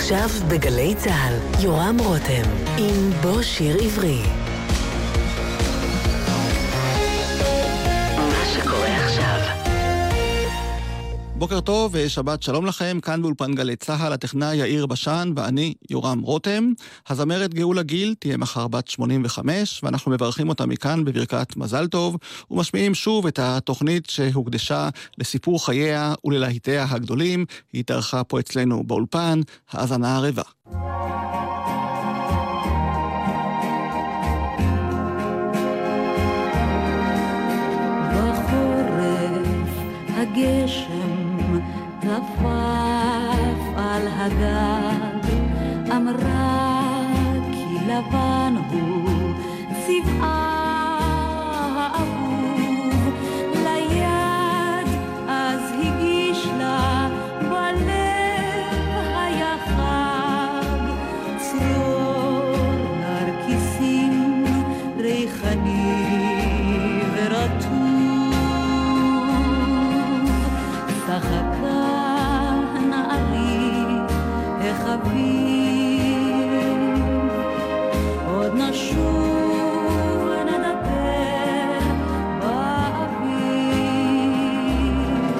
עכשיו בגלי צהל, יורם רותם, עם בו שיר עברי. מה שקורה עכשיו. בוקר טוב ושבת שלום לכם, כאן באולפן גלי צהל, הטכנאי יאיר בשן ואני יורם רותם. הזמרת גאולה גיל תהיה מחר בת 85, ואנחנו מברכים אותה מכאן בברכת מזל טוב, ומשמיעים שוב את התוכנית שהוקדשה לסיפור חייה וללהיטיה הגדולים. היא התארחה פה אצלנו באולפן, האזנה הרבה. בחורף הגשם טפף על הגג, אמרה כי לבן הוא צבעה האהוב, ליד אז הגיש לה בלב היה חג, צרור נרקיסים ריחני ורטוב, שחקה עוד נשוב ונדבר באוויר,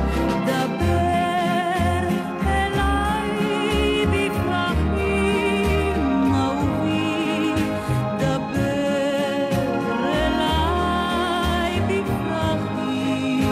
דבר אליי בפרחים אהובי, דבר אליי בפרחים,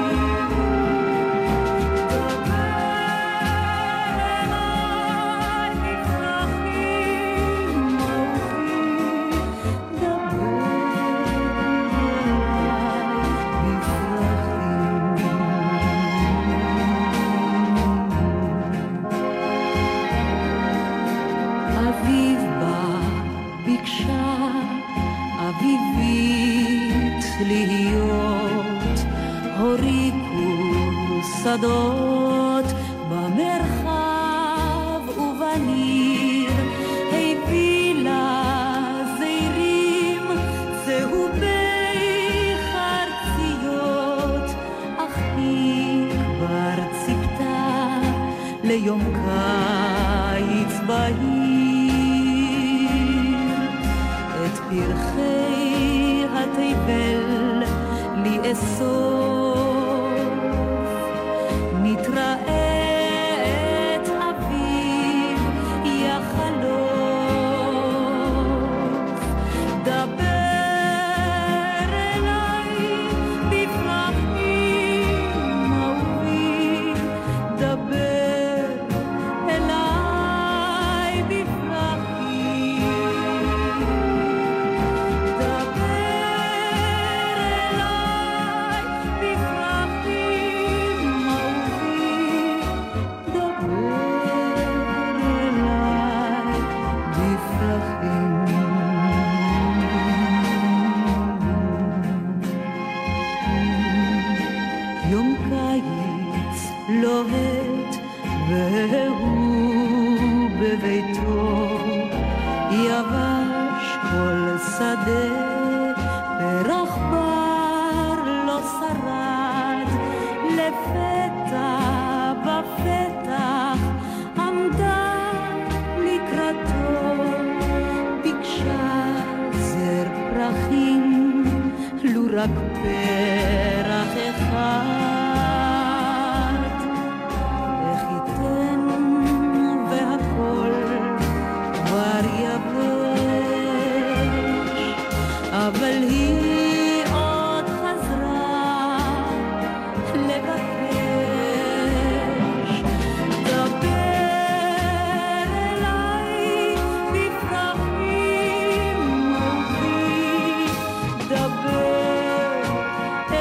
להיות הוריקו שדות במרחב ובניר, הביא לה זעירים צהובי חרציות, אך היא כבר ציפתה ליום קיץ בהיר, את פרחי התבל לי אסוף, נתראה את אביב יחלוף, דבר אליי בפרחים אהובי, דבר אליי בפרחים, יום קיץ לוהט והוא בביתו, יבש כל שדה, פרח בר לא שרד, לפתע בפתח עמדה לקראתו, ביקשה זר פרחים, לו רק פרח אחד, איך ייתן והכל כבר יבש, אבל היא עוד חזרה לבקש, דבר אליי בפרחים אהובי, דבר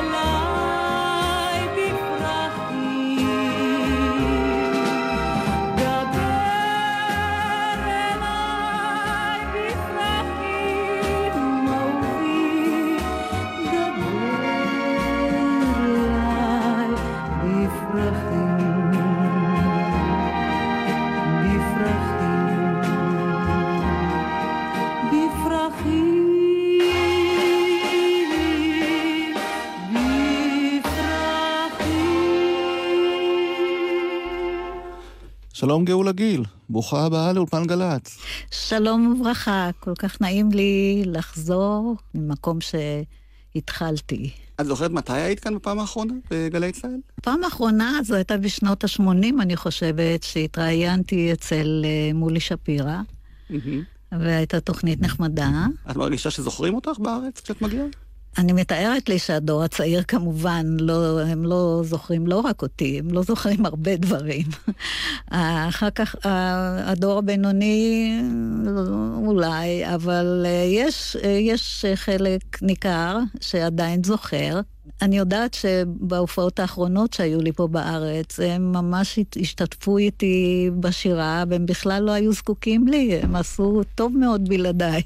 שלום גאולה גיל, ברוכה הבאה לאולפן גל"צ. שלום וברכה, כל כך נעים לי לחזור ממקום שהתחלתי. את זוכרת מתי היית כאן בפעם האחרונה בגלי צה"ל? פעם האחרונה, זו הייתה בשנות ה-80, אני חושבת, שהתראיינתי אצל מולי שפירא, והייתה תוכנית נחמדה. את מרגישה שזוכרים אותך בארץ כשאת מגיעה? אני מתארת לי שהדור הצעיר כמובן, הם לא זוכרים לא רק אותי, הם לא זוכרים הרבה דברים. אחר כך הדור הבינוני אולי, אבל יש חלק ניכר שעדיין זוכר. אני יודעת שבהופעות האחרונות שהיו לי פה בארץ, הם ממש השתתפו איתי בשירה, והם בכלל לא היו זקוקים לי, הם עשו טוב מאוד בלעדיי.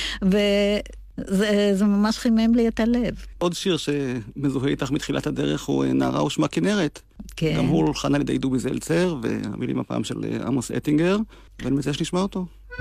זה ממש חימם לי את הלב. עוד שיר שמזוהה איתך מתחילת הדרך הוא נערה ושמה כנרת. כן. גם הוא הולחן על ידי דובי זלצר, והמילים הפעם של עמוס אטינגר, ואני מציע שנשמע אותו.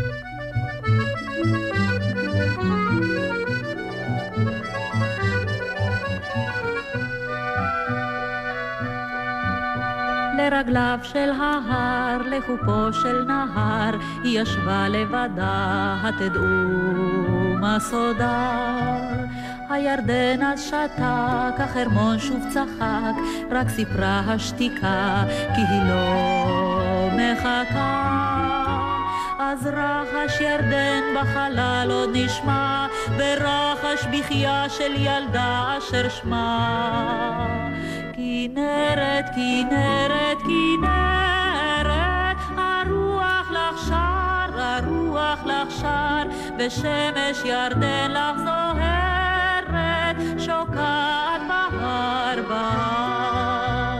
לרגליו של ההר, לחופו של נהר, היא ישבה לבדה, התדעו מה סודה. הירדן אז שתק, החרמון שוב צחק, רק סיפרה השתיקה, כי היא לא מחכה. אז רחש ירדן בחלל עוד נשמע, ורחש בחייה של ילדה אשר שמה. כנרת, כנרת, כנרת, הרוח לך שר, הרוח לך שר, ושמש ירדן לך זוהרת, שוקעת בהר בהר.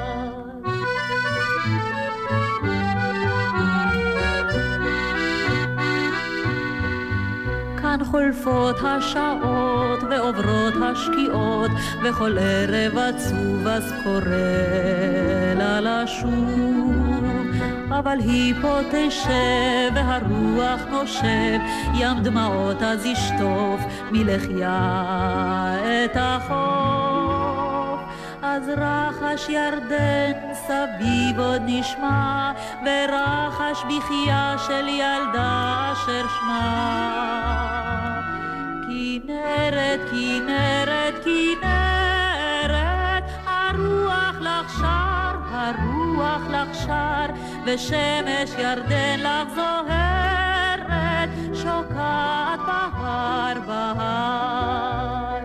כאן חולפות השעות ועוברות השקיעות, וכל ערב עצוב אז קורא לה לשוב. אבל היא פה תשב והרוח נושב, ים דמעות אז ישטוף מלחיה את החוף. אז רחש ירדן סביב עוד נשמע, ורחש בחייה של ילדה אשר שמה. כנרת, כנרת, כנרת, הרוח לך שר, הרוח לך שר, ושמש ירדן לך זוהרת, שוקעת בהר בהר.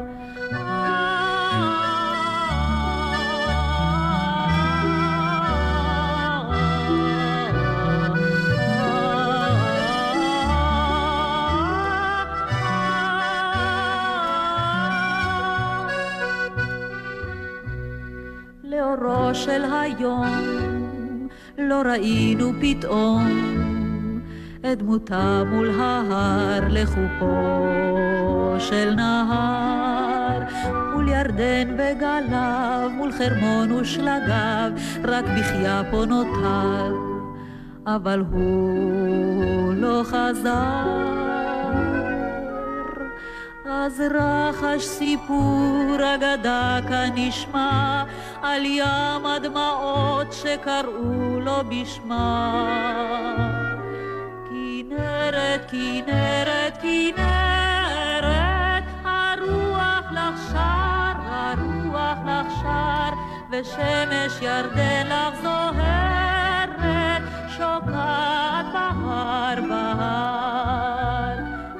לאורו של היום לא ראינו פתאום את דמותה מול ההר, לחופו של נהר, מול ירדן וגליו, מול חרמון ושלגיו, רק בחייה פה נותר, אבל הוא לא חזר. אז רחש סיפור אגדה כאן נשמע, על ים הדמעות שקראו לו בשמה. כנרת, כנרת, כנרת, הרוח לך שר, הרוח לך שר, ושמש ירדן לך זוהרת, שוקעת בהר בהר.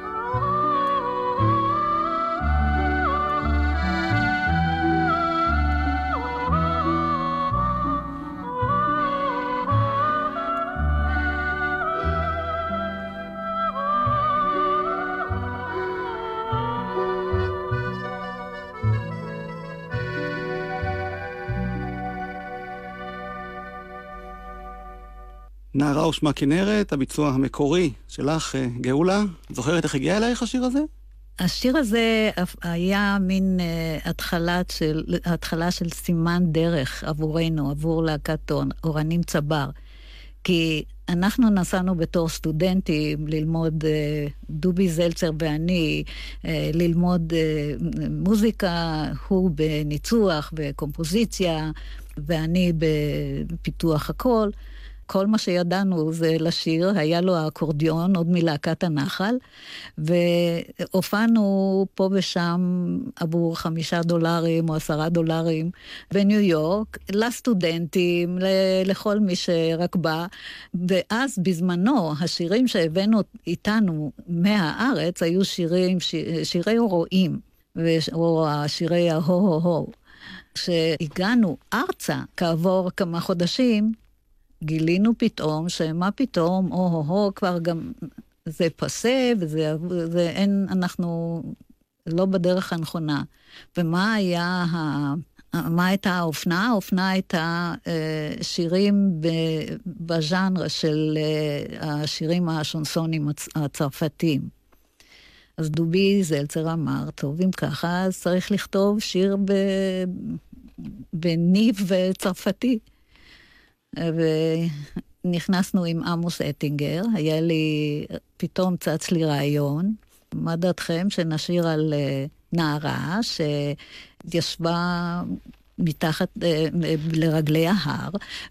נערה ושמה כנרת, הביצוע המקורי שלך, גאולה. זוכרת איך הגיע אלייך השיר הזה? השיר הזה היה מין התחלה של סימן דרך עבורנו, עבור להקת אורנים צבר. כי אנחנו נסענו בתור סטודנטים ללמוד, דובי זלצר ואני, ללמוד מוזיקה, הוא בניצוח וקומפוזיציה, ואני בפיתוח הכל. כל מה שידענו זה לשיר, היה לו האקורדיון, עוד מלהקת הנחל, והופענו פה ושם עבור $5 או $10 בניו יורק, לסטודנטים, לכל מי שרק בא, ואז בזמנו, השירים שהבאנו איתנו מהארץ, היו שירי רועים, או שירי ההו-הו-הו. כשהגענו ארצה כעבור כמה חודשים, גילינו פתאום שמה פתאום, או-הו-הו, כבר גם זה פסה, וזה אין, אנחנו לא בדרך הנכונה. ומה היה, מה הייתה האופנה? האופנה הייתה שירים בז'אנר של השירים השונסונים הצרפתיים. אז דובי זלצר אמר, טוב, אם ככה, אז צריך לכתוב שיר בניב צרפתי. ונכנסנו עם עמוס אטינגר, פתאום צץ לי רעיון, מה דעתכם שנשיר על נערה שישבה מתחת לרגלי ההר,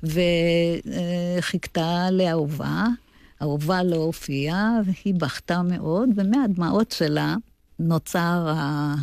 וחיכתה לאהובה, האהובה לא הופיעה, והיא בכתה מאוד, ומהדמעות שלה נוצר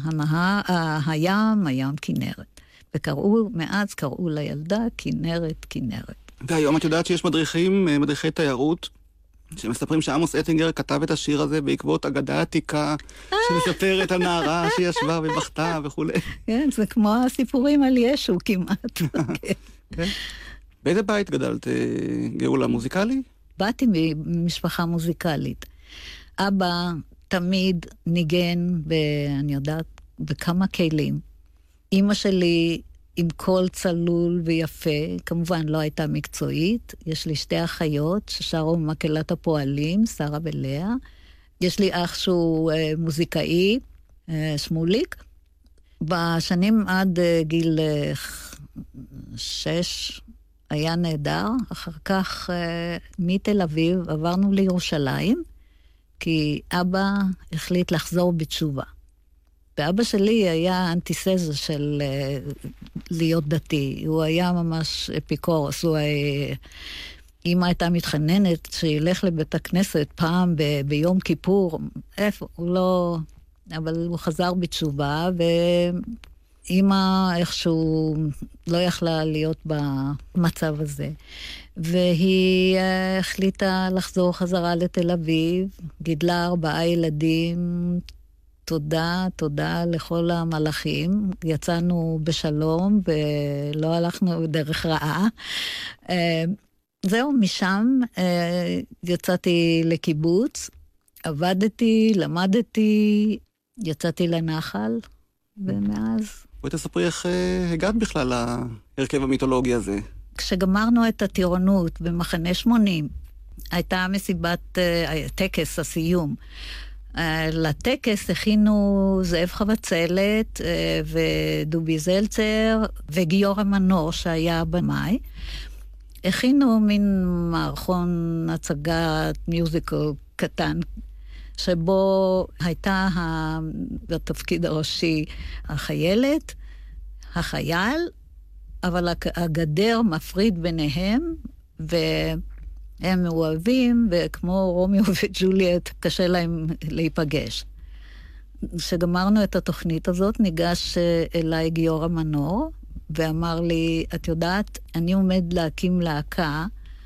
הים כנרת. מאז קראו לילדה כנרת. והיום את יודעת שיש מדריכי תיירות, שמספרים שעמוס אטינגר כתב את השיר הזה בעקבות אגדה עתיקה, שמספרת הנערה שישבה ובכתה וכו'. כן, זה כמו הסיפורים על ישו כמעט. באיזה בית גדלת, גאולה, מוזיקלי? באתי ממשפחה מוזיקלית. אבא תמיד ניגן, אני יודעת, בכמה כלים. אמא שלי עם קול צלול ויפה, כמובן לא הייתה מקצועית. יש לי 2 אחיות ששרו במקהלת הפועלים, שרה ולאה. יש לי אח שהוא מוזיקאי, שמוליק. בשנים עד גיל 6 היה נהדר. אחר כך מתל אביב עברנו לירושלים, כי אבא החליט לחזור בתשובה. ואבא שלי היה אנטיסזה של להיות דתי. הוא היה ממש אפיקורס. אמא הייתה מתחננת שילך לבית הכנסת פעם ביום כיפור. איפה? הוא לא... אבל הוא חזר בתשובה, ואמא איכשהו לא יכלה להיות במצב הזה. והיא החליטה לחזור חזרה לתל אביב, גידלה 4 ילדים, תודה לכל המלאכים. יצאנו בשלום ולא הלכנו בדרך רעה. זהו, משם יצאתי לקיבוץ, עבדתי, למדתי, יצאתי לנחל, ומאז... בואי תספרי איך הגעת בכלל להרכב המיתולוגי הזה. כשגמרנו את הטירונות במחנה 80, הייתה מסיבת טקס הסיום. לטקס הכינו זאב חבצלת ודובי זלצר וגיורא מנור שהיה במאי. הכינו מין מערכון הצגת מיוזיקל קטן, שבו הייתה בתפקיד הראשי החיילת, החייל, אבל הגדר מפריד ביניהם, הם מאוהבים, וכמו רומיו וג'וליאט, קשה להם להיפגש. כשגמרנו את התוכנית הזאת, ניגש אליי גיורא מנור, ואמר לי, את יודעת, אני עומד להקים להקה,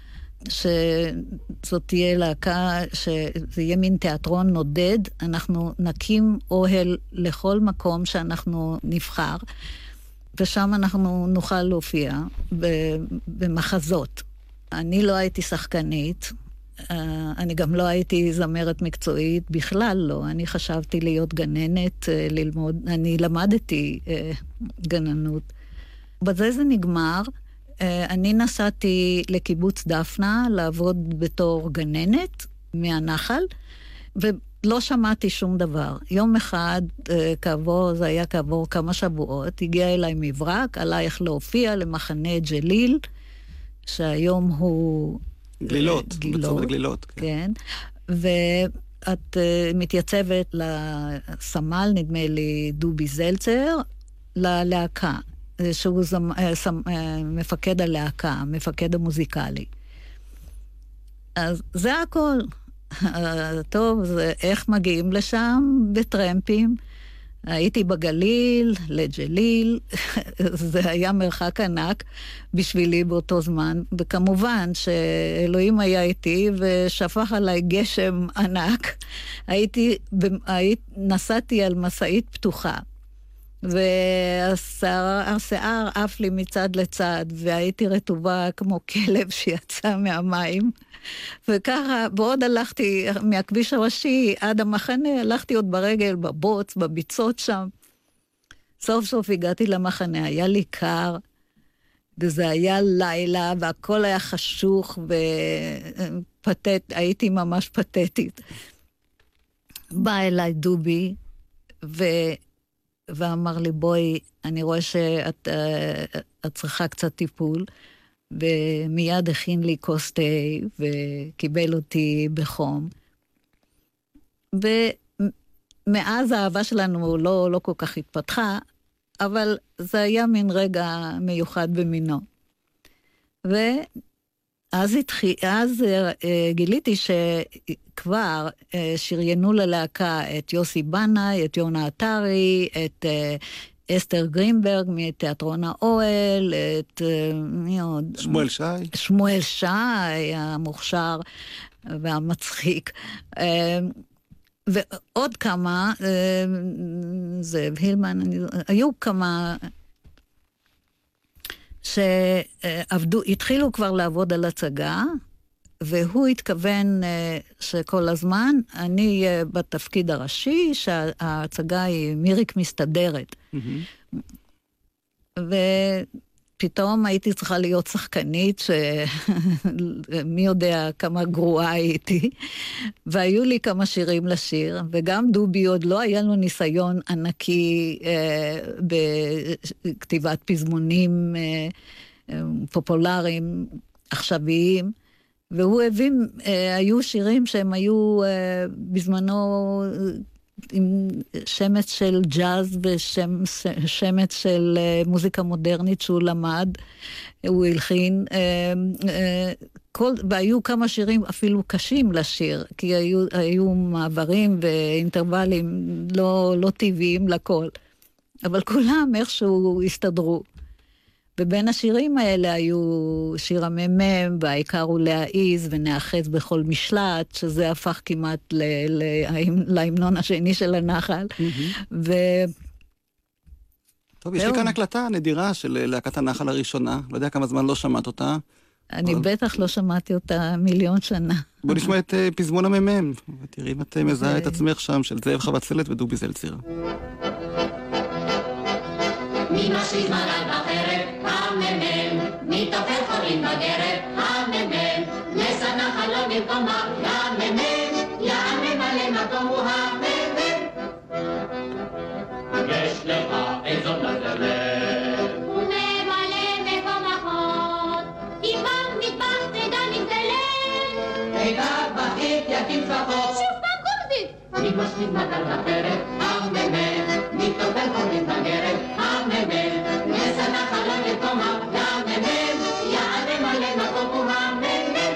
שזאת תהיה להקה, שזה יהיה מין תיאטרון נודד, אנחנו נקים אוהל לכל מקום שאנחנו נבחר, ושם אנחנו נוכל להופיע במחזות. אני לא הייתי שחקנית, אני גם לא הייתי זמרת מקצועית, בכלל לא. אני חשבתי להיות גננת, ללמוד, אני למדתי גננות. בזה זה נגמר. אני נסעתי לקיבוץ דפנה לעבוד בתור גננת מהנחל, ולא שמעתי שום דבר. יום אחד, זה היה כעבור כמה שבועות, הגיע אליי מברק, עלייך להופיע למחנה ג'ליל, שהיום הוא... גלילות, בצומת גלילות. כן, ואת מתייצבת לסמל, נדמה לי, דובי זלצר, ללהקה, שהוא מפקד הלהקה, מפקד המוזיקלי. אז זה הכל. טוב, זה איך מגיעים לשם בטרמפים. הייתי בגליל, לג'ליל, זה היה מרחק ענק בשבילי באותו זמן, וכמובן שאלוהים היה איתי ושפך עליי גשם ענק. נסעתי על מסעית פתוחה, והשיער עף לי מצד לצד, והייתי רטובה כמו כלב שיצא מהמים. וככה, בעוד הלכתי מהכביש הראשי עד המחנה, הלכתי עוד ברגל, בבוץ, בביצות שם. סוף סוף הגעתי למחנה, היה לי קר, וזה היה לילה, והכל היה חשוך, הייתי ממש פתטית. בא אליי דובי, ואמר לי, בואי, אני רואה שאת צריכה קצת טיפול, ומיד הכין לי כוס תה, וקיבל אותי בחום. ומאז האהבה שלנו לא כל כך התפתחה, אבל זה היה מין רגע מיוחד במינו. ואז גיליתי שכבר שריינו ללהקה את יוסי בנאי, את יונה עטרי, את אסתר גרינברג מתיאטרון האוהל, את מי עוד? שמואל שי, המוכשר והמצחיק. ועוד כמה, זאב הילמן, היו כמה התחילו כבר לעבוד על הצגה, והוא התכוון שכל הזמן אני אהיה בתפקיד הראשי, שההצגה היא מיריק מסתדרת. ופתאום הייתי צריכה להיות שחקנית, שמי יודע כמה גרועה הייתי, והיו לי כמה שירים לשיר, וגם דובי עוד לא היה לו ניסיון ענקי בכתיבת פזמונים פופולריים, עכשוויים, והוא הבין, היו שירים שהם היו בזמנו עם שמץ של ג'אז ושמץ של מוזיקה מודרנית שהוא למד, הוא הלחין, והיו כמה שירים אפילו קשים לשיר, כי היו מעברים ואינטרוולים לא טבעיים לכל, אבל כולם איכשהו הסתדרו. ובין השירים האלה היו שיר הממם, והעיקר הוא להעיז ונאחז בכל משלט, שזה הפך כמעט להמנון השני של הנחל. טוב, יש לי כאן הקלטה נדירה של להקת הנחל הראשונה, לא יודע כמה זמן לא שמעת אותה. אני בטח לא שמעתי אותה מיליון שנה. בוא נשמע את פזמון הממם, ותראי אם את מזהה את עצמך שם, של זאב חבצלת ודובי זלצר. מי משליט מגל בחרב, הממם, מי תופל חורים בגרב, הממם, נס הנחל לא במקומה, הממם, יעמם מקום הוא הממם. יש לך איזו נזלת, וממלא מקום אחות, אם במטבח תדע נגדלת, תדע בחית יקים פחות, שוב פעם קוקזית. מי משליט מגל בחרב, הממם, מי תופל חורים בגרב, נס הנחל לא במקומה, הממם, יעמם מקום הוא הממם.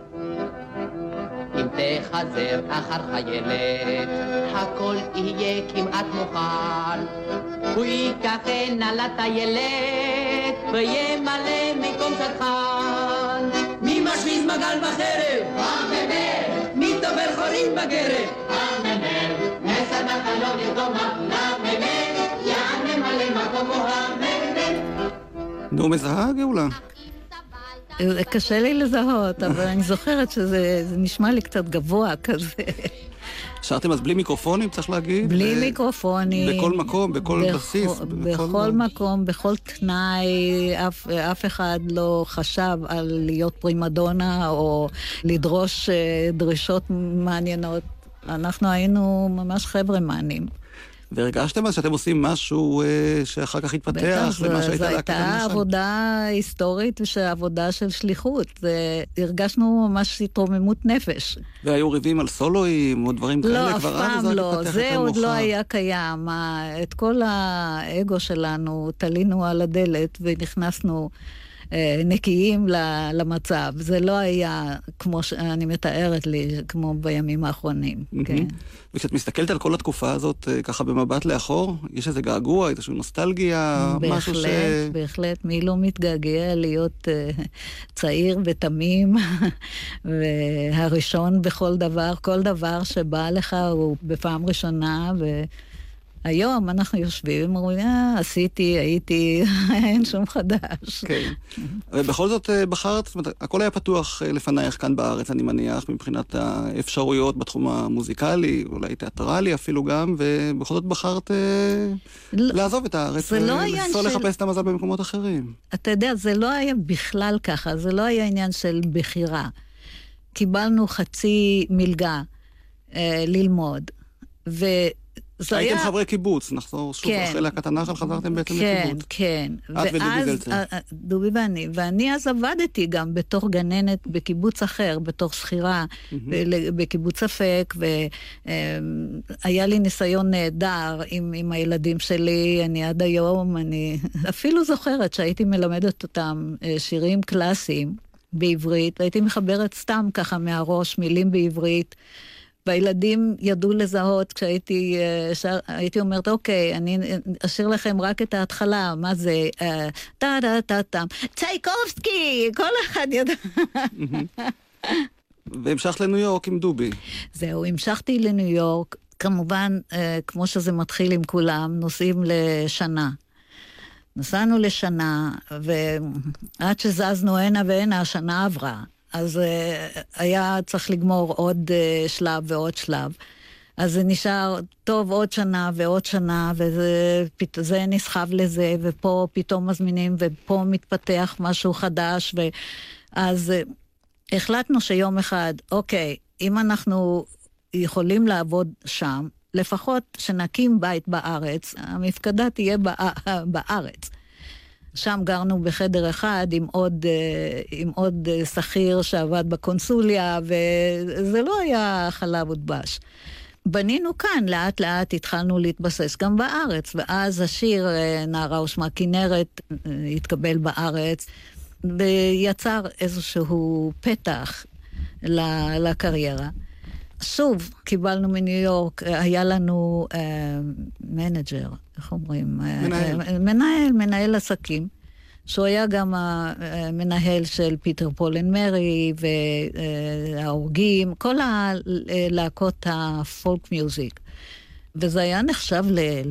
אם תחזר אחר חיילת, הכל יהיה כמעט מוכן, הוא ייקח הנה לטיילת, וימלא מקום שטחן. מי משוויז מגל בחרב? הממם. מי טובל חורים בגרב? הממם. נס הנחל לא במקומה, הממם, יעמם מקום הוא הממם. נו, מזהה גאולה? קשה לי לזהות, אבל אני זוכרת שזה נשמע לי קצת גבוה כזה. שרתם אז בלי מיקרופונים, צריך להגיד? בלי מיקרופונים. בכל מקום, בכל בסיס. בכל מקום, בכל תנאי, אף אחד לא חשב על להיות פרימדונה, או לדרוש דרישות מעניינות. אנחנו היינו ממש חבר'ה מענים. והרגשתם אז שאתם עושים משהו שאחר כך התפתח, למה שהייתה להקת הנחל? זו הייתה עבודה היסטורית ושעבודה של שליחות. הרגשנו ממש התרוממות נפש. והיו ריבים על סולואים או דברים כאלה? לא, אף פעם לא. זה עוד לא היה קיים. את כל האגו שלנו תלינו על הדלת ונכנסנו נקיים למצב. זה לא היה כמו שאני מתארת לי, כמו בימים האחרונים. כן. וכשאת מסתכלת על כל התקופה הזאת, ככה במבט לאחור, יש איזה געגוע, איזושהי נוסטלגיה, משהו ש... בהחלט, מי לא מתגעגע להיות צעיר ותמים, והראשון בכל דבר, כל דבר שבא לך הוא בפעם ראשונה, היום אנחנו יושבים, אומרים, עשיתי, הייתי, אין שום חדש. כן. ובכל זאת בחרת, הכל היה פתוח לפנייך כאן בארץ, אני מניח, מבחינת האפשרויות בתחום המוזיקלי, אולי תיאטרלי אפילו גם, ובכל זאת בחרת לעזוב את הארץ, ולנסות לחפש את המזל במקומות אחרים. אתה יודע, זה לא היה בכלל ככה, זה לא היה עניין של בחירה. קיבלנו חצי מלגה ללמוד, הייתם חברי קיבוץ, נחזור שוב אחרי להקת הנחל, חזרתם בעצם לקיבוץ. כן, את ודובי זלצר. דובי ואני אז עבדתי גם בתור גננת בקיבוץ אחר, בתור שכירה בקיבוץ אפק, והיה לי ניסיון נהדר עם הילדים שלי, אני עד היום, אני אפילו זוכרת שהייתי מלמדת אותם שירים קלאסיים בעברית, והייתי מחברת סתם ככה מהראש מילים בעברית, והילדים ידעו לזהות כשהייתי אומרת, אוקיי, אני אשאיר לכם רק את ההתחלה, מה זה? טה-טה-טה-טה, צייקובסקי, כל אחד ידע. והמשכת לניו יורק עם דובי. זהו, המשכתי לניו יורק, כמובן, כמו שזה מתחיל עם כולם, נוסעים לשנה. נסענו לשנה, ועד שזזנו הנה והנה, השנה עברה. אז היה צריך לגמור עוד שלב ועוד שלב. אז זה נשאר טוב עוד שנה ועוד שנה, וזה נסחב לזה, ופה פתאום מזמינים, ופה מתפתח משהו חדש, ואז החלטנו שיום אחד, אוקיי, אם אנחנו יכולים לעבוד שם, לפחות שנקים בית בארץ, המפקדה תהיה בארץ. שם גרנו בחדר אחד עם עוד שכיר שעבד בקונסוליה, וזה לא היה חלב ודבש. בנינו כאן, לאט לאט התחלנו להתבסס גם בארץ, ואז השיר נערה ושמה כנרת התקבל בארץ, ויצר איזשהו פתח לקריירה. שוב, קיבלנו מניו יורק, היה לנו מנג'ר, איך אומרים? מנהל עסקים, שהוא היה גם המנהל של פיטר פול אנד מרי, וההורגים, כל הלהקות הפולק מיוזיק. וזה היה נחשב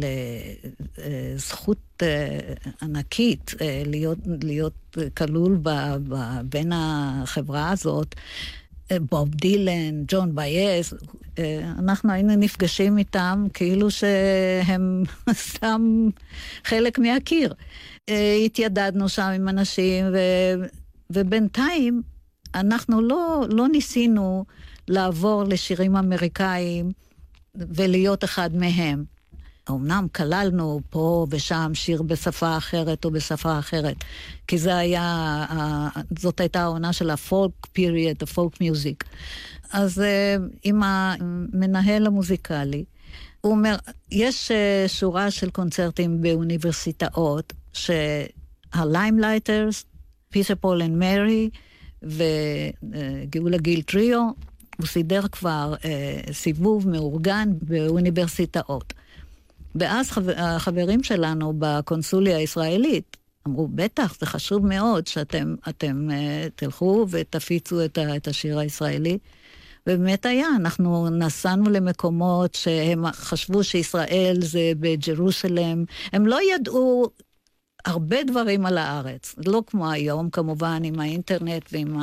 לזכות ענקית להיות כלול בין החברה הזאת, בוב דילן, ג'ון בייס, אנחנו היינו נפגשים איתם כאילו שהם סתם חלק מהקיר. התיידדנו שם עם אנשים, ובינתיים אנחנו לא ניסינו לעבור לשירים אמריקאים ולהיות אחד מהם. אמנם כללנו פה ושם שיר בשפה אחרת או בשפה אחרת, כי זאת הייתה העונה של הפולק פיריוד, הפולק מיוזיק. אז עם המנהל המוזיקלי, הוא אומר, יש שורה של קונצרטים באוניברסיטאות, שהליימלייטרס, פיטר פול אנד מרי וגאולה גיל טריו, הוא סידר כבר סיבוב מאורגן באוניברסיטאות. ואז החברים שלנו בקונסוליה הישראלית אמרו, בטח, זה חשוב מאוד שאתם תלכו ותפיצו את השיר הישראלי. ובאמת היה, אנחנו נסענו למקומות שהם חשבו שישראל זה בג'רוסלם. הם לא ידעו הרבה דברים על הארץ. לא כמו היום, כמובן, עם האינטרנט ועם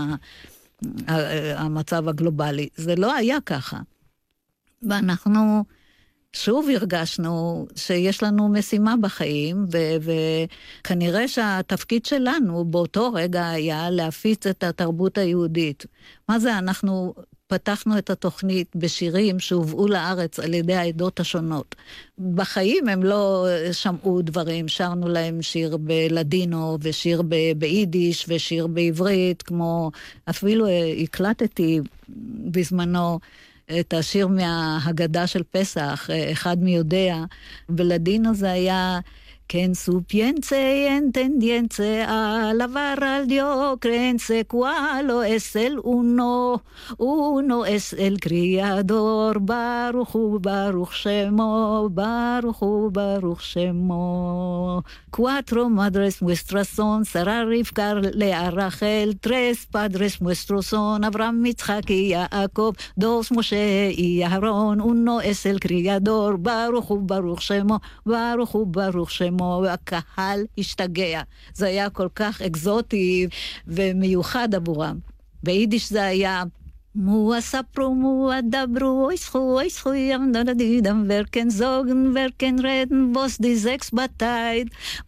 המצב הגלובלי. זה לא היה ככה. ואנחנו שוב הרגשנו שיש לנו משימה בחיים, וכנראה שהתפקיד שלנו באותו רגע היה להפיץ את התרבות היהודית. מה זה? אנחנו פתחנו את התוכנית בשירים שהובאו לארץ על ידי העדות השונות. בחיים הם לא שמעו דברים, שרנו להם שיר בלדינו ושיר ביידיש ושיר בעברית, כמו אפילו הקלטתי בזמנו את השיר מההגדה של פסח, אחד מי יודע, בלדינו זה היה Quien su piense y entendience alabar al Dios, creense cuál es el uno es el Criador, Baruch Hu, Baruch Shemo, Baruch Hu, Baruch Shemo. 4 madres nuestras son Sara, Rivka, Lea, Rachel. 3 padres nuestros son Abraham, Yitzhak y Jacob. 2 Moshe y Aarón. 1 es el Criador, Baruch Hu, Baruch Shemo, Baruch Hu, Baruch Shemo. והקהל השתגע. זה היה כל כך אקזוטי ומיוחד עבורם. ביידיש זה היה Mua sapru, mua dabru, oischu, jamdadadidam, werken zogen, werken reden, was die 6 bateit,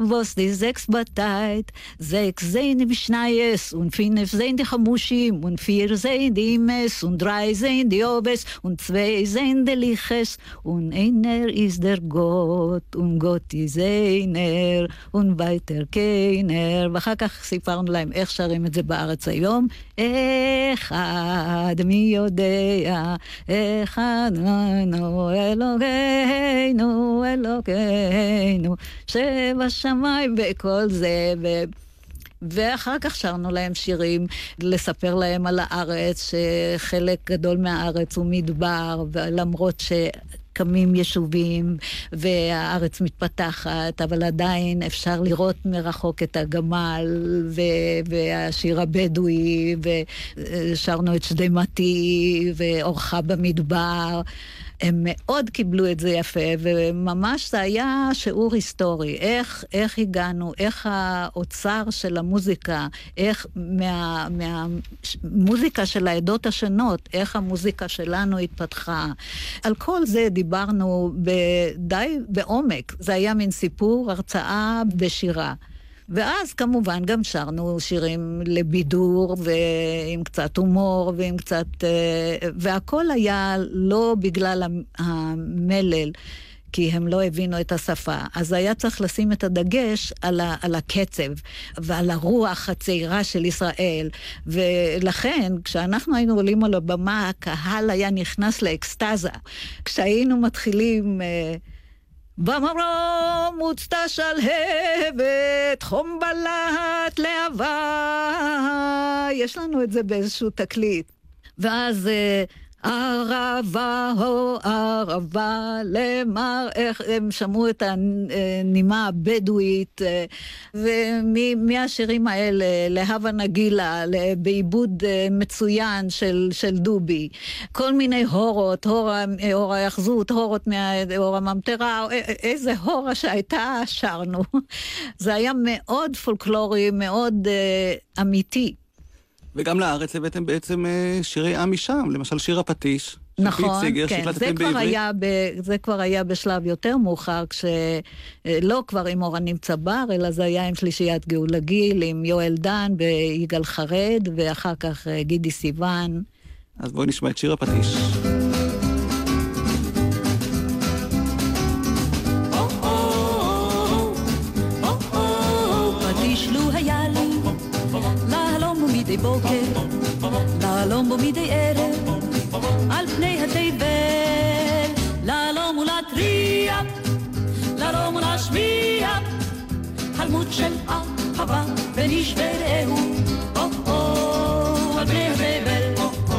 6 zijn die Beschneies, und 5 zijn die Chamushim, und 4 zijn die Imes, und 3 zijn die Obes, und 2 zijn die Liches, und einer ist der Gott, und Gott ist einer, und weiter keiner. ואחר כך סיפרנו להם איך שרים את זה בארץ היום. אחד מי יודע, אחד אלוהינו שבשמיים וכל זה. ואחר כך שרנו להם שירים, לספר להם על הארץ, שחלק גדול מהארץ הוא מדבר, ולמרות קמים יישובים והארץ מתפתחת, אבל עדיין אפשר לראות מרחוק את הגמל והשיר הבדואי, ושרנו את שדמתי ואורחה במדבר. הם מאוד קיבלו את זה יפה, וממש זה היה שיעור היסטורי, איך הגענו, איך האוצר של המוזיקה, איך מהמוזיקה של העדות השונות, איך המוזיקה שלנו התפתחה. על כל זה דיברנו די בעומק, זה היה מין סיפור, הרצאה בשירה. ואז כמובן גם שרנו שירים לבידור ועם קצת הומור ועם קצת... והכל היה לא בגלל המלל, כי הם לא הבינו את השפה. אז היה צריך לשים את הדגש על הקצב ועל הרוח הצעירה של ישראל. ולכן, כשאנחנו היינו עולים על הבמה, הקהל היה נכנס לאקסטזה. כשהיינו מתחילים... במרום מוצתה שלהבת, חום בלהט להבה. יש לנו את זה באיזשהו תקליט. ואז ערבה הו ערבה למר, איך הם שמעו את הנימה הבדואית, ומהשירים האלה להבה נגילה, בעיבוד מצוין של דובי, כל מיני הורות, הור היחזות, הורות מההור הממטרה, איזה הורה שהייתה שרנו. זה היה מאוד פולקלורי, מאוד אמיתי. וגם לארץ הבאתם בעצם שירי עם משם, למשל שיר הפטיש. נכון, כן, זה כבר היה בשלב יותר מאוחר, כשלא עם אורנים צבר, אלא זה היה עם שלישיית גאולה גיל, עם יואל דן ויגאל חרד, ואחר כך גידי סיוון. אז בואי נשמע את שיר הפטיש. מדי בוקר, לעלום בו מדי ערב, על פני התבל, לעלום ולהטריע, לעלום ולהשמיע, חלמות של אהבה בין איש ורעהו, על פני התבל,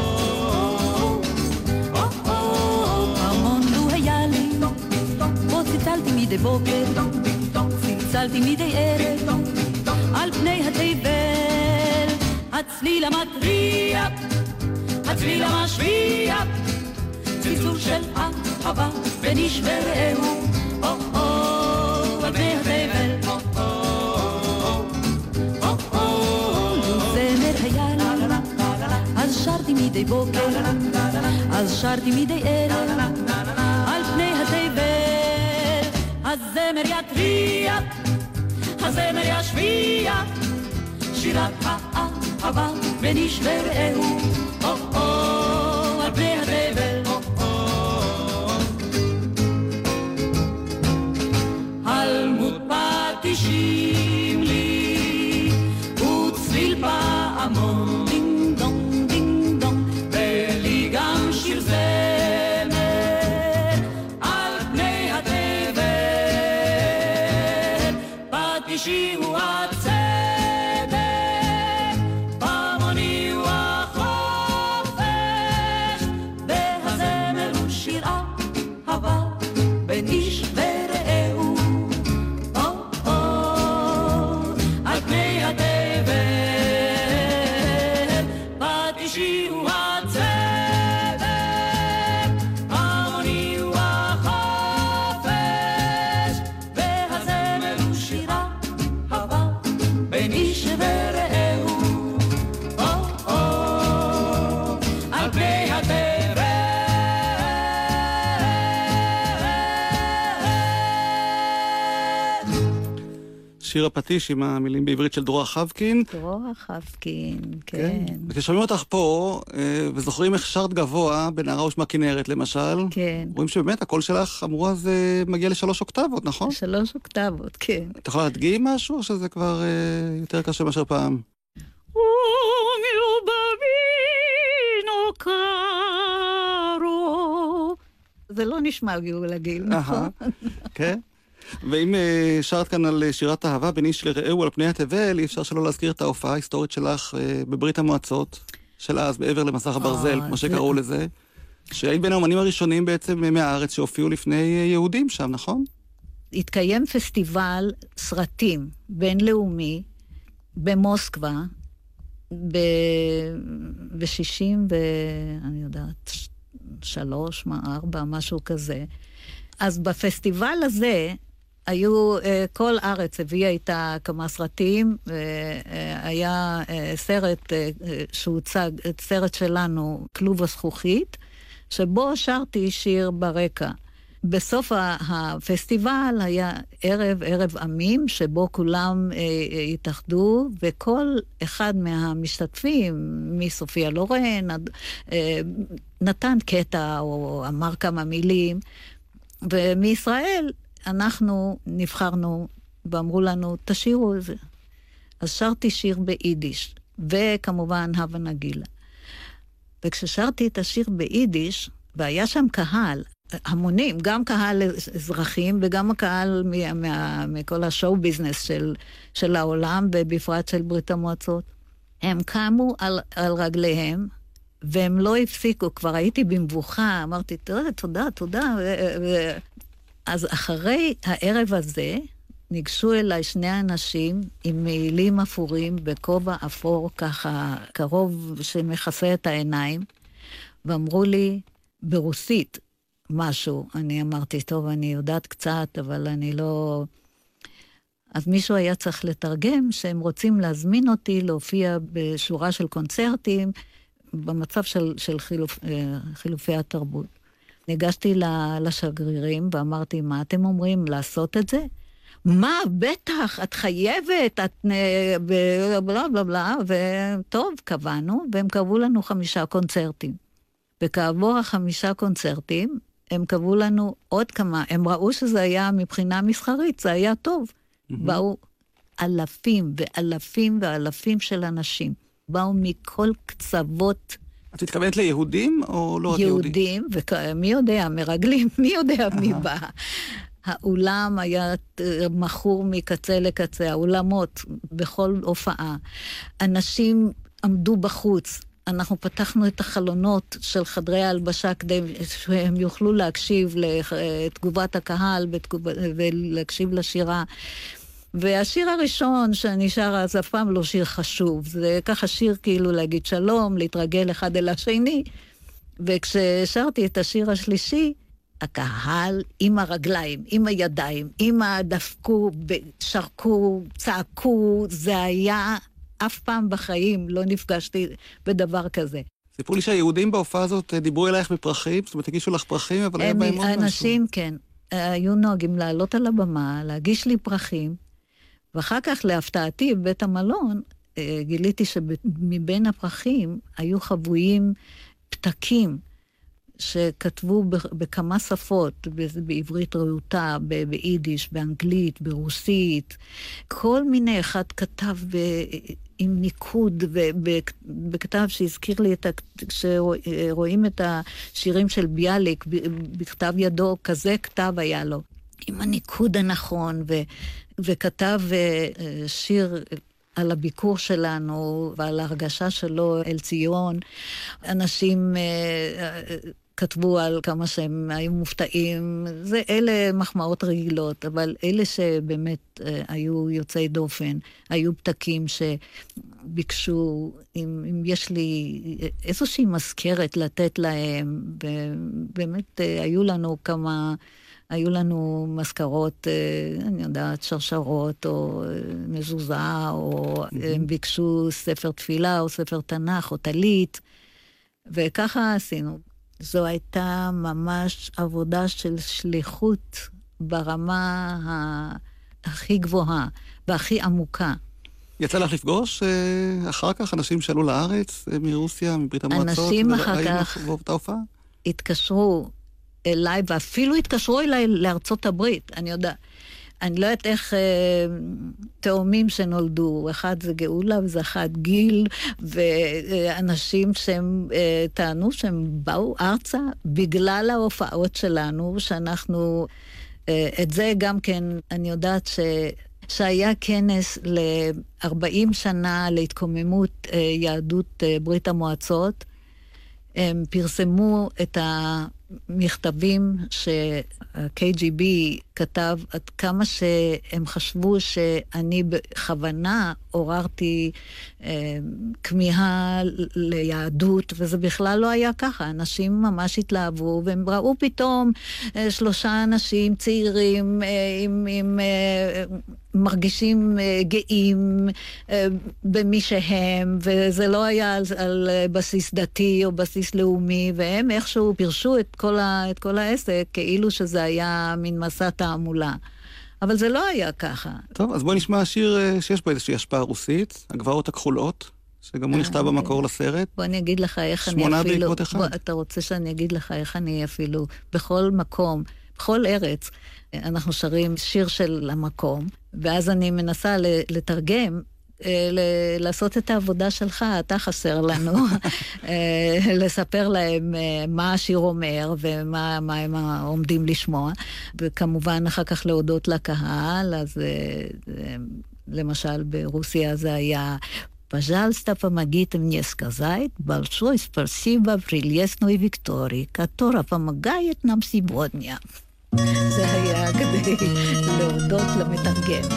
המון לו היה לי, בו צלצלתי מדי בוקר, צלצלתי מדי ערב, על פני התבל, הצליל המטריע, הצליל המשמיע, צלצול של אהבה בין איש ורעהו, על פני התבל, לו זמר היה לי, אז שרתי מדי בוקר, אז שרתי מדי ערב, על פני התבל, הזמר יטריע, הזמר ישמיע, שירת אהבה בין איש ורעהו, על פני התבל, הלמות פטישים לי, וצליל פעמון, דינג דונג דינג דונג, ולי גם שיר זמר, על פני התבל, פטישי הוא הצדק, פעמוני הוא החופש, והזמר הוא שיר אהבה בין איש ורעהו. על פני התבל, פטישי הוא הצדק, פעמוני הוא החופש, והזמר הוא שיר אהבה בין איש ורעהו. על פני התבל. שיר הפטיש עם המילים בעברית של דרורה חבקין. דרורה חבקין, כן. וכששומעים אותך פה, וזוכרים איך שרת גבוה בנערה ושמה כנרת, למשל, כן. רואים שבאמת הקול שלך אמרו אז מגיע ל3 אוקטבות, נכון? 3 אוקטבות, כן. את יכולה להדגים משהו, או שזה כבר יותר קשה מאשר פעם? זה לא נשמע גאולה גיל, נכון? כן. ואם שרת כאן על שירת אהבה בין איש לרעהו על פני התבל, אי אפשר שלא להזכיר את ההופעה ההיסטורית שלך בברית המועצות, של אז, מעבר למסך הברזל, כמו שקראו לזה, שהיית בין האומנים הראשונים בעצם מהארץ שהופיעו לפני יהודים שם, נכון? התקיים פסטיבל סרטים בינלאומי במוסקבה, ב-60 אני יודעת, 3, 4, משהו כזה. אז בפסטיבל הזה היו, כל ארץ הביאה איתה כמה סרטים, היה סרט שהוצג, סרט שלנו, כלוב הזכוכית, שבו שרתי שיר ברקע. בסוף הפסטיבל היה ערב עמים, שבו כולם התאחדו, וכל אחד מהמשתתפים, מסופיה לורן, נתן קטע או אמר כמה מילים, ומישראל אנחנו נבחרנו ואמרו לנו, תשירו את זה. אז שרתי שיר ביידיש, וכמובן הווה נגילה. וכששרתי את השיר ביידיש, והיה שם קהל, המונים, גם קהל אזרחים וגם הקהל מכל השואו ביזנס של העולם, ובפרט של ברית המועצות, הם קמו על רגליהם, והם לא הפסיקו, כבר הייתי במבוכה, אמרתי, תודה. אז אחרי הערב הזה, ניגשו אליי 2 אנשים עם מעילים אפורים, בכובע אפור ככה קרוב שמכסה את העיניים, ואמרו לי ברוסית משהו. אני אמרתי, טוב, אני יודעת קצת, אבל אני לא... אז מישהו היה צריך לתרגם שהם רוצים להזמין אותי להופיע בשורה של קונצרטים, במצב של חילופי התרבות. ניגשתי לשגרירים ואמרתי, מה אתם אומרים, לעשות את זה? מה, בטח, את חייבת, את בלה בלה בלה, וטוב, קבענו, והם קבעו לנו 5 קונצרטים. וכעבור 5 קונצרטים, הם קבעו לנו עוד כמה, הם ראו שזה היה מבחינה מסחרית, זה היה טוב. באו אלפים ואלפים ואלפים של אנשים. באו מכל קצוות. את מתכוונת ליהודים או לא רק יהודים? יהודים, ומי יודע, מרגלים, מי יודע מי בא. האולם היה מכור מקצה לקצה, האולמות בכל הופעה. אנשים עמדו בחוץ. אנחנו פתחנו את החלונות של חדרי ההלבשה כדי שהם יוכלו להקשיב לתגובת הקהל ולהקשיב לשירה. והשיר הראשון שאני שרה, אז אף פעם לא שיר חשוב. זה ככה שיר כאילו להגיד שלום, להתרגל אחד אל השני. וכששרתי את השיר השלישי, הקהל עם הרגליים, עם הידיים, עם הדפקו, שרקו, צעקו, זה היה... אף פעם בחיים לא נפגשתי בדבר כזה. סיפרו לי שהיהודים בהופעה הזאת דיברו אלייך בפרחים, זאת אומרת, הגישו לך פרחים, אבל היה בהם עוד משהו. אנשים, כן, היו נוהגים לעלות על הבמה, להגיש לי פרחים, ואחר כך להפתעתי בבית המלון, גיליתי שמבין הפרחים היו חבויים פתקים, שכתבו בכמה שפות, בעברית רהוטה, ביידיש, באנגלית, ברוסית, כל מיני, אחד כתב עם ניקוד, בכתב שהזכיר לי, כשרואים את השירים של ביאליק, בכתב ידו, כזה כתב היה לו, עם הניקוד הנכון, וכתב שיר על הביקור שלנו ועל ההרגשה שלו אל ציון. אנשים כתבו על כמה שהם היו מופתעים. אלה מחמאות רגילות, אבל אלה שבאמת היו יוצאי דופן, היו פתקים שביקשו, אם יש לי איזושהי מזכרת לתת להם, באמת היו לנו מזכרות, אני יודעת, שרשרות או מזוזה, או הם ביקשו ספר תפילה או ספר תנ"ך או תלית, וככה עשינו. זו הייתה ממש עבודה של שליחות ברמה הכי גבוהה והכי עמוקה. יצא לך לפגוש אחר כך אנשים שעלו לארץ מרוסיה, מברית המועצות? אנשים אחר כך התקשרו אליי, ואפילו התקשרו אליי לארצות הברית, אני לא יודעת איך תאומים שנולדו, אחד זה גאולה וזה אחד גיל, ואנשים שהם טענו שהם באו ארצה בגלל ההופעות שלנו, שאנחנו, את זה גם כן, אני יודעת שהיה כנס ל-40 שנה להתקוממות יהדות ברית המועצות, הם פרסמו את המכתבים שה-KGB כתב עד כמה שהם חשבו שאני בכוונה עוררתי כמיהה ליהדות, וזה בכלל לא היה ככה. אנשים ממש התלהבו, והם ראו פתאום 3 אנשים צעירים עם מרגישים גאים במי שהם, וזה לא היה על בסיס דתי או בסיס לאומי, והם איכשהו פירשו את כל העסק כאילו שזה היה מין מסע תעמולה. אבל זה לא היה ככה. טוב, אז בואי נשמע שיר שיש בו איזושהי השפעה רוסית, הגבעות הכחולות, שגם הוא נכתב במקור לסרט. בוא אני אגיד לך איך אני אפילו... 8 בעקבות אחד. אתה רוצה שאני אגיד לך איך אני אפילו, בכל מקום, בכל ארץ, אנחנו שרים שיר של המקום, ואז אני מנסה לתרגם, לעשות את העבודה שלך, אתה חסר לנו, לספר להם מה השיר אומר ומה הם עומדים לשמוע, וכמובן אחר כך להודות לקהל. אז למשל ברוסיה זה היה Пожалуйста, помогите мне сказать большое спасибо прелестной Виктории, которая помогает нам сегодня. זה היה כדי להודות למתרגם.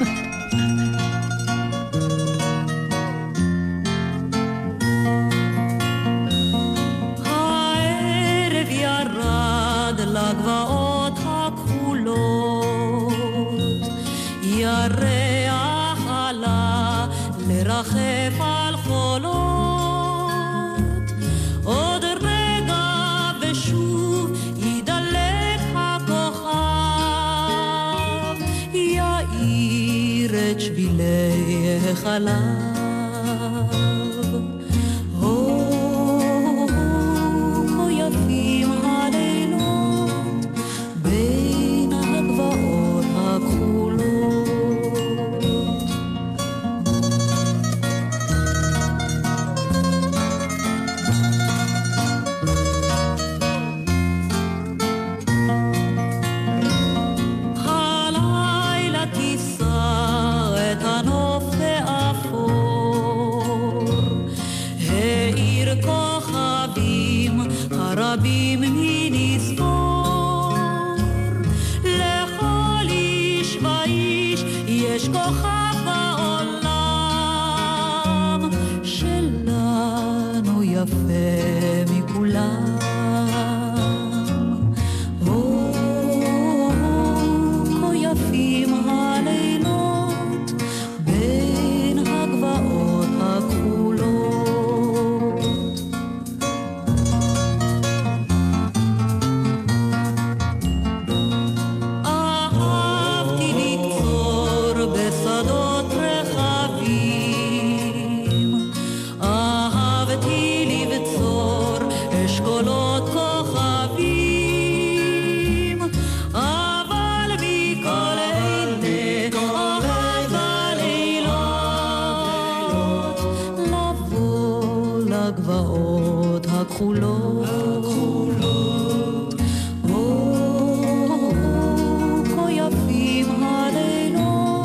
הערב ירד לגבעות הכחולות, ירח עלה לרחף על חולות, עוד רגע ושוב ידלק הכוכב, יאיר את שבילי החלב. רבים מנספור, לכל איש ואיש יש כוכב בעולם, שלנו יפה מכולם. כה יפים הלילות בין הגבעות הכחולות. הגבעות הכחולות, כה יפים הלילות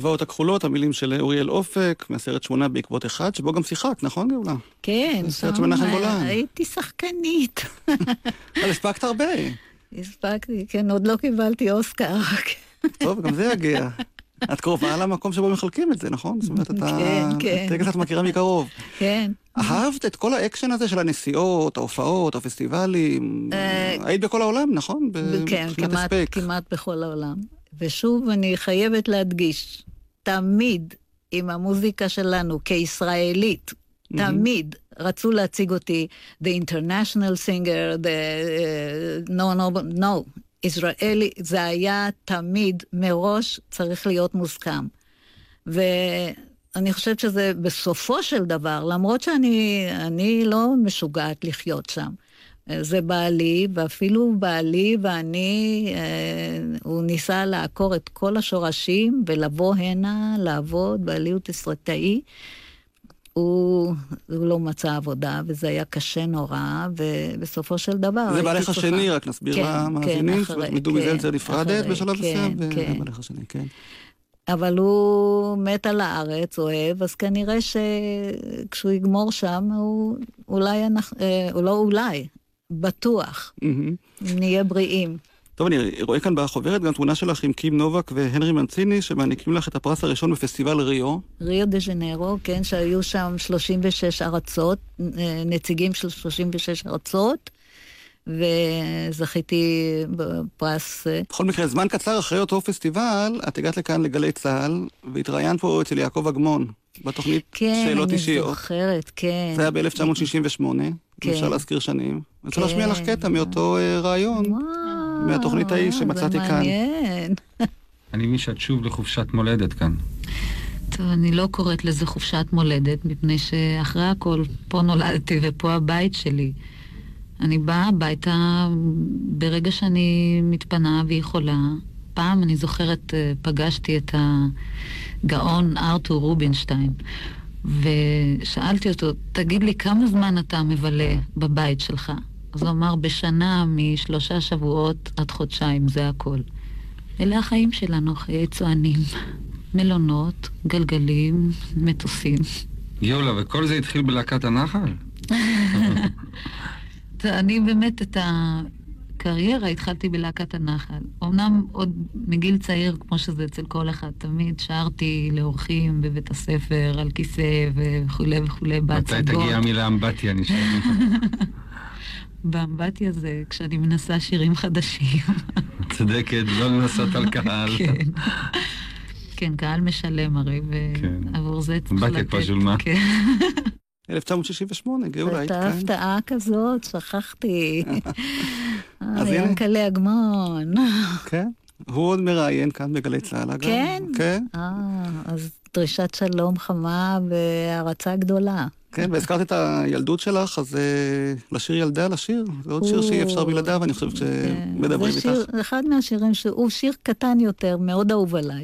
הגבעות הכחולות, המילים של אוריאל אופק, מהסרט 8 בעקבות אחד, שבו גם שיחקת, נכון גאולה? כן, סרט של מנחם גולן. הייתי שחקנית. אבל הספקת הרבה. הספקתי, כן, עוד לא קיבלתי אוסקר. טוב, גם זה יגיע. את קרובה למקום שבו מחלקים את זה, נכון? זאת אומרת, את קצת מכירה מקרוב. כן. אהבת את כל האקשן הזה של הנסיעות, ההופעות, הפסטיבלים? היית בכל העולם, נכון? כן, כמעט בכל העולם. ושוב, אני חייבת להדגיש, תמיד עם המוזיקה שלנו כישראלית, תמיד רצו להציג אותי the international singer, no, ישראלי, זה היה תמיד מראש צריך להיות מוסכם. ואני חושבת שזה בסופו של דבר, למרות שאני לא משוגעת לחיות שם. זה בעלי, ואפילו בעלי ואני, הוא ניסה לעקור את כל השורשים ולבוא הנה, לעבוד, בעלי הוא תסריטאי. הוא לא מצא עבודה, וזה היה קשה נורא, ובסופו של דבר... זה בעליך השני, רק נסביר למאזינים, מדובי זלצר נפרדת בשלב מסוים, ובעליך השני, כן. אבל הוא מת על הארץ, אוהב, אז כנראה שכשהוא יגמור שם, הוא אולי, בטוח, נהיה בריאים. טוב, אני רואה כאן בחוברת גם תמונה שלך עם קים נובק והנרי מנציני, שמעניקים לך את הפרס הראשון בפסטיבל ריו. ריו דה ז'נרו, כן, שהיו שם 36 ארצות, נציגים של 36 ארצות, וזכיתי בפרס. בכל מקרה, זמן קצר אחרי אותו פסטיבל, את הגעת לכאן לגלי צהל, והתראיינת פה אצל יעקב אגמון, בתוכנית שאלות אישיות. כן, אני זוכרת, כן. זה היה ב-1968, אפשר להזכיר שנים. אני רוצה להשמיע לך קטע מאותו רעיון. מהתוכנית ההיא שמצאתי כאן. זה מעניין. אני משעת שוב לחופשת מולדת כאן. טוב, אני לא קוראת לזה חופשת מולדת, מפני שאחרי הכל פה נולדתי ופה הבית שלי. אני באה הביתה ברגע שאני מתפנה ויכולה. פעם אני זוכרת, פגשתי את הגאון ארתור רובינשטיין, ושאלתי אותו, תגיד לי כמה זמן אתה מבלה בבית שלך? אז הוא אמר, בשנה מ3 שבועות עד חודשיים, זה הכל. אלה החיים שלנו, חיי צוענים. מלונות, גלגלים, מטוסים. יולה, וכל זה התחיל בלהקת הנחל? אני באמת את הקריירה התחלתי בלהקת הנחל. אמנם עוד מגיל צעיר, כמו שזה אצל כל אחד, תמיד שרתי לאורחים בבית הספר, על כיסא וכו' וכו' בהצגות. מתי תגיע המילה אמבטיה, נשאר? באמבטיה זה כשאני מנסה שירים חדשים. צדקת, לא לנסות על קהל. כן. כן, קהל משלם הרי, ועבור זה צריך לתת. אמבטיה פז'ולמה. כן. 1968, גאולה, היית כאן. הייתה הפתעה כזאת, שכחתי. ינקלה אגמון. כן, הוא עוד מראיין כאן בגלי צהל, אגב. כן? כן. אז דרישת שלום חמה והרצה גדולה. כן, והזכרת את הילדות שלך, אז לשיר ילדה לשיר, זה עוד שיר שאי אפשר בלעדיו, אני חושבת שמדברים איתך. זה אחד מהשירים שהוא שיר קטן יותר, מאוד אהוב עליי.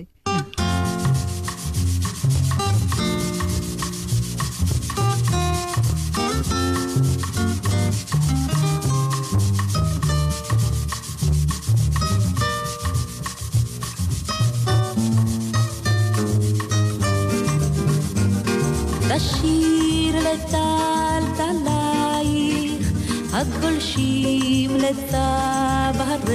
לשיר לטלטלייך, הגולשים לצווארך,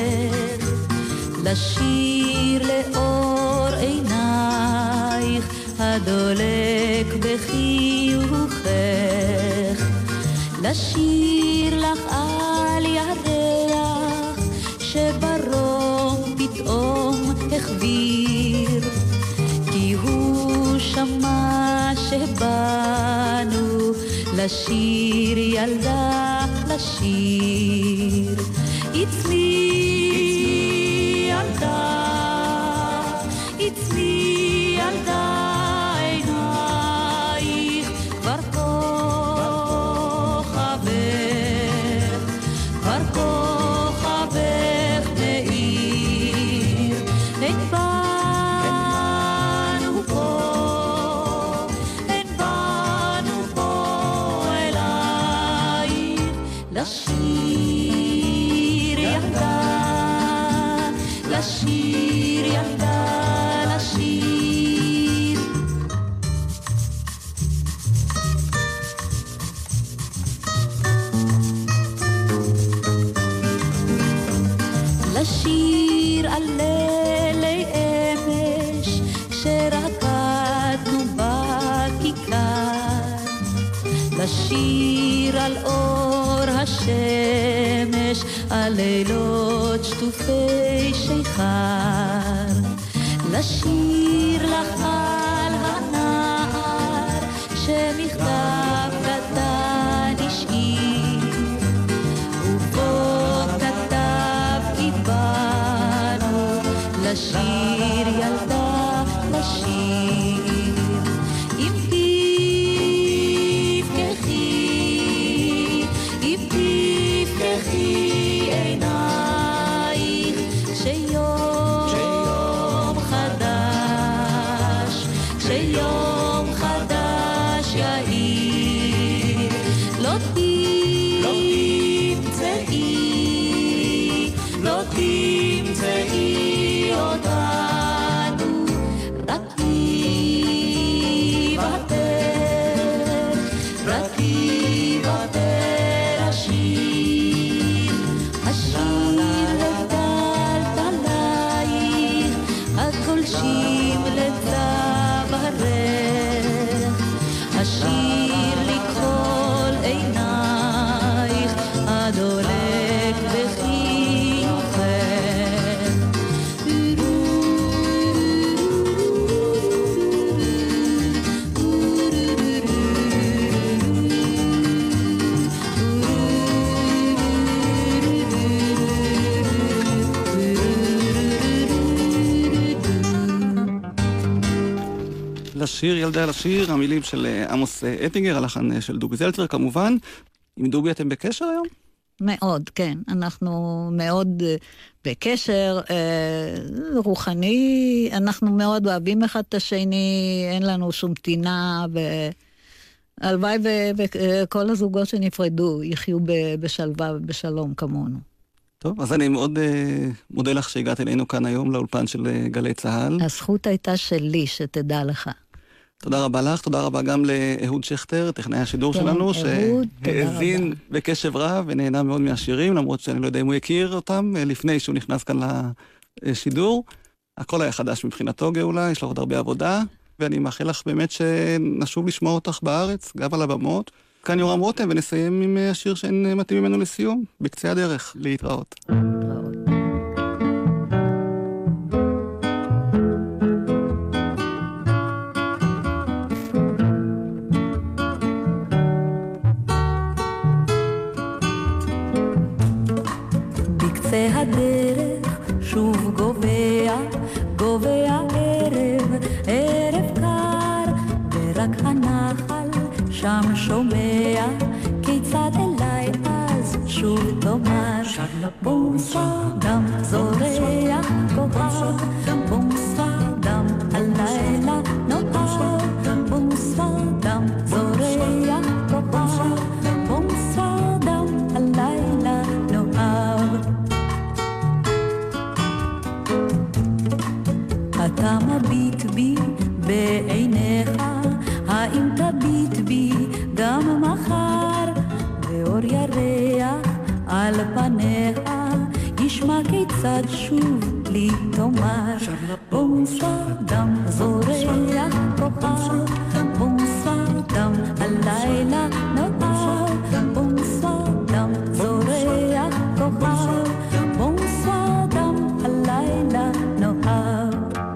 לשיר לאור עינייך, הדולק בחיוכך, לשיר לך על ירח, שברום פתאום החביר, כי הוא שמע שבאנו לשיר ילדה לשיר. It's me ילדה, It's me ילדה, עינייך כבר כוכבך, כבר כוכבך מאיר, אין באנו פה, אין באנו פה אלייך, לשיר ילדה, לשיר ילדה, לשיר לשיר על אור השמש, על לילות שטופי שיכר, לשיר לך על הנער שמכתב קטן השאיר, ובו כתב כי באנו לשיר ילדה לשיר. אם תפקחי עינייך כשיום חדש, כשיום חדש יאיר, לא תמצאי אותנו, רק יוותר השיר, השיר לטלטלייך, הגולשים לצווארך, השיר לכחול עינייך, הדולק בחיוכך. לשיר ילדה לשיר, המילים של עמוס אטינגר, הלחן של דובי זלצר כמובן. עם דובי אתם בקשר היום? מאוד, כן. אנחנו מאוד בקשר רוחני, אנחנו מאוד אוהבים אחד את השני, אין לנו שום טינה, הלוואי וכל הזוגות שנפרדו יחיו בשלווה ובשלום כמונו. טוב, אז אני מאוד מודה לך שהגעת אלינו כאן היום לאולפן של גלי צהל. הזכות הייתה שלי, שתדע לך. תודה רבה לך, תודה רבה גם לאהוד שכטר, טכנאי השידור שלנו, שהאזין בקשב רב ונהנה מאוד מהשירים, למרות שאני לא יודע אם הוא הכיר אותם לפני שהוא נכנס כאן לשידור. הכל היה חדש מבחינתו, גאולה, יש לך עוד הרבה עבודה, ואני מאחל לך באמת שנשוב לשמוע אותך בארץ, גם על הבמות. כאן יורם רותם, ונסיים עם השיר שאין מתאים ממנו לסיום, בקצה הדרך, להתראות. בקצה הדרך שוב גובע ערב קר, ורק הנחל שם שומע כיצד אליי אז שוב תאמר, בומסה דם זורח כוכב, בומסה דם הלילה נוער, בומסה דם זורח כוכב, בומסה דם הלילה נוער. אתה מביט בי בעיניך, האם תביט בי גם מחר, ואור ירח על פניך ישמע כיצד שוב לי תאמר, בומסה דם זורח כוכב, בומסה דם הלילה נוער, בומסה דם זורח כוכב, בומסה דם הלילה נוער.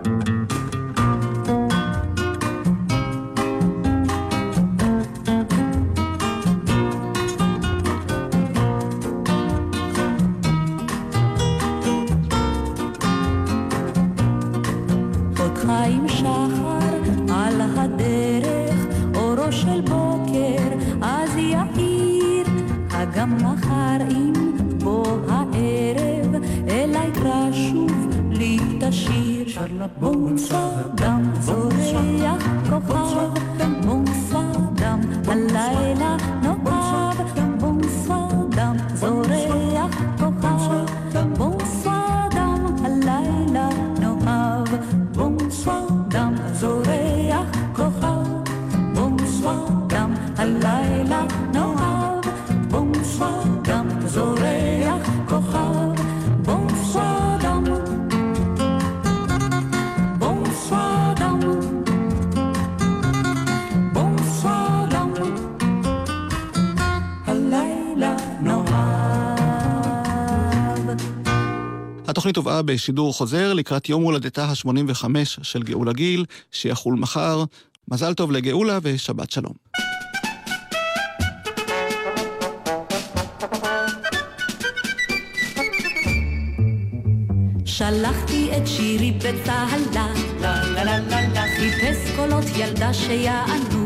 עם שחר על הדרך, אורו של בוקר אז יאיר, הגם מחר אם בוא הערב אליי קרא שוב לי תשיר, בומסה דם זורח כוכב, בומסה דם הלילה נוער, בומסה דם זורח כוכב, בומסה דם הלילה נוער, בומסה דם זורח כוכב, בומסה דם הלילה נוער, בומסה דם זורח כוכב, בומסה דם, בומסה דם, התוכנית הובאה בשידור חוזר לקראת יום הולדתה ה-85 של גאולה גיל, שיחול מחר. מזל טוב לגאולה ושבת שלום. שלחתי את שירי בצהלה, חיפש קולות ילדה שיענו,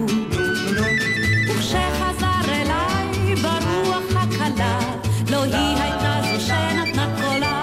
וכשחזר אליי ברוח הקלה, לא היא הייתה זו שנתנה קולה.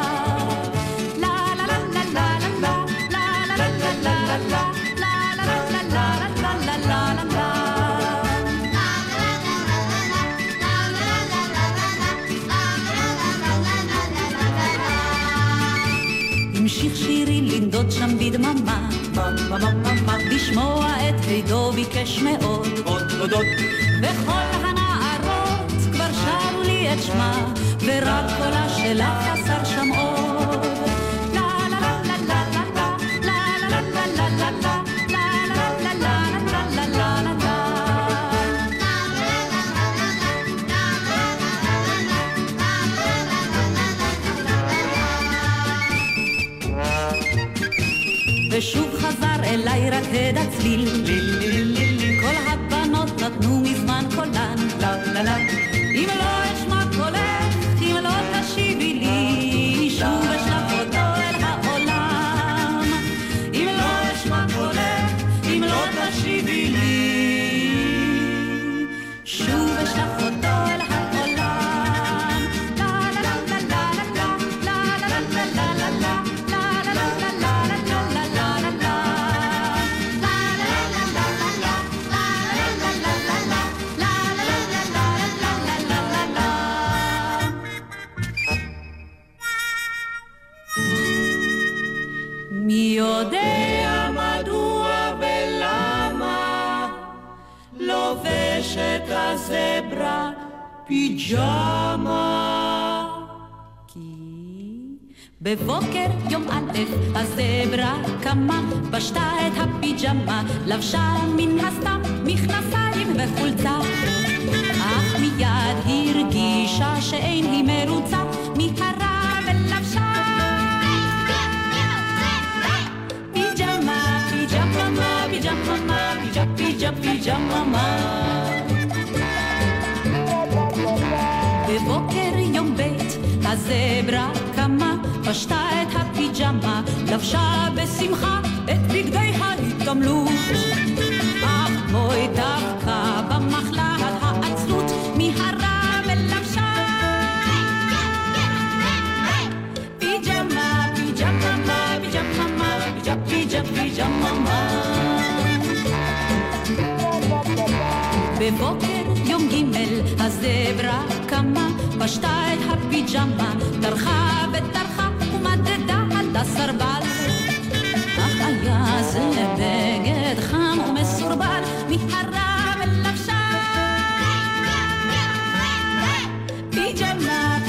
המשיך שירי לנדוד שם בדממה, לשמוע את הידו ביקש מאוד, וכל הנערות כבר שרו לי את שמה, ורק קולה שלה חסר שם עוד. ושוב חזר אליי רק הד הצליל, כל הבנות נתנו מזמן קולן, אם לא אשמע קולך, אם לא תשיבי לי, שוב אשלח אותו אל העולם. אם לא אשמע קולך, אם לא תשיבי לי, שוב אשלח אותו אל העולם. מי יודע מדוע ולמה לובשת הזברה פיג'מה? כי בבוקר יום א' הזברה קמה, פשטה את הפיג'מה, לבשה מן הסתם מכנסיים וחולצה, אך מיד הרגישה שאין היא מרוצה, מהרה ולבשה פיג'מה. בבוקר יום בית הזברה קמה, פשטה את הפיג'מה, לבשה בשמחה את בגדי ההתגמלות, אך בואי דווקא במחלת העצלות, מהרה ולבשה פיג'מה. בבוקר יום ג' הזברה קמה, פשטה את הפיג'מה, טרחה וטרחה ומדדה על הסרבל, אך היה זה בגד חם ומסורבל, מהרה ולבשה פיג'מה.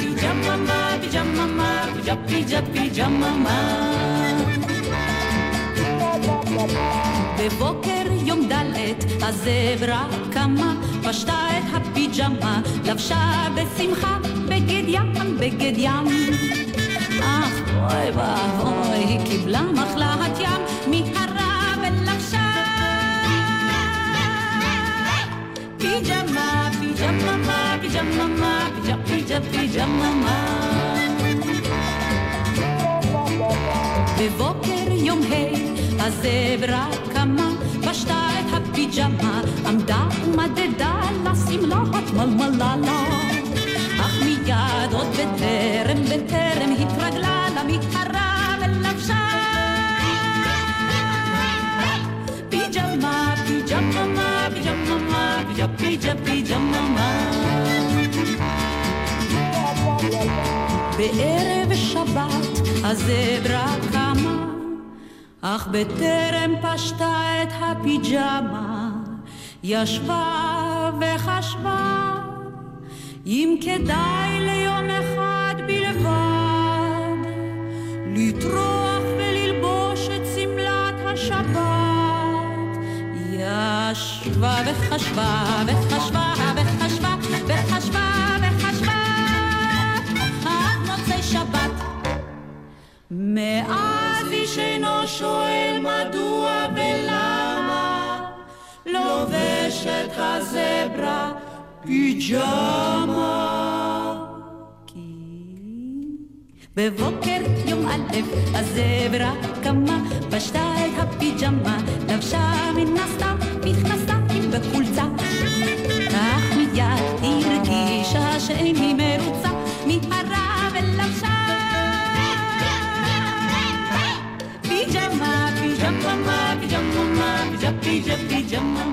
בבוקר יום ד' הזברה קמה, פשטה את הפיג'מה, לבשה בשמחה בגד ים, אך בואי ואבוי היא קיבלה מחלת ים, מהרה ולבשה פיג'מה. בבוקר יום ה' הזברה קמה, פשטה את הפיג'מה, עמדה ומדדה לשמלות מלמללה, אך מיד עוד בטרם התרגלה לה, מהרה ולבשה פיג'מה. בערב שבת הזברה קמה, אך בטרם פשטה את הפיג'מה, ישבה וחשבה אם כדאי ליום אחד בלבד לטרוח וללבוש את סמלת השבת. ישבה וחשבה וחשבה וחשבה וחשבה וחשבה עד מוצאי שבת, פיג'מה. בבוקר יום א' הזברה קמה, פשטה את הפיג'מה, לבשה מן הסתם מכנסיים וחולצה. אך מיד היא הרגישה שאין היא מרוצה, מיהרה ולבשה פיג'מה, פיג'מה, פיג'מה, פיג'מה, פיג'מה.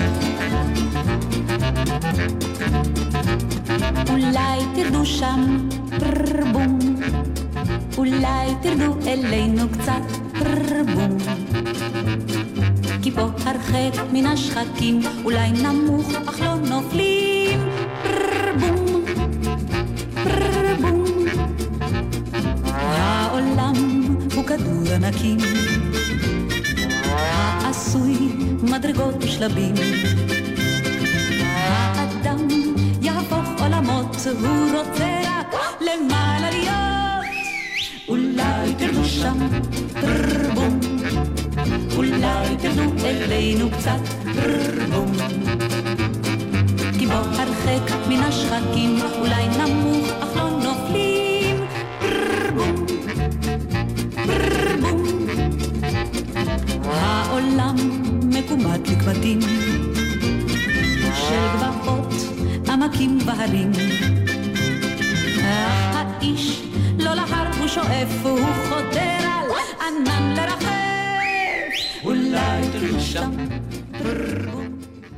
אולי תרדו שם פרבום, אולי תרדו אלינו קצת פרבום, כי פה הרחק מן השחקים, אולי נמוך אך לא נופלים פרבום, פרבום. העולם הוא כדור ענקים, העשוי מדרגות ושלבים, האדם יהפוך עולמות, הוא רוצה רק למעלה להיות. אולי תרדו שם פרבום, אולי תרדו אלינו קצת פרבום, כי בוא הרחק מן השחקים, אולי נמוך אך לא נופלים פרבום, פרבום. העולם מקומת לקמטים של גבעות, עמקים והרים, אך האיש לא להר הוא שואף, הוא חודר על ענן לרחף. אולי תרדו שם פרבום.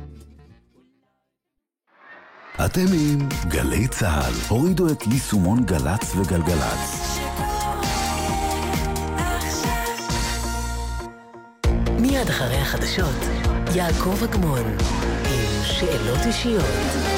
אתם עם גלי צהל. הורידו את יישומון גלץ וגלגלץ. מיד אחרי החדשות, יעקב אגמון עם שאלות אישיות.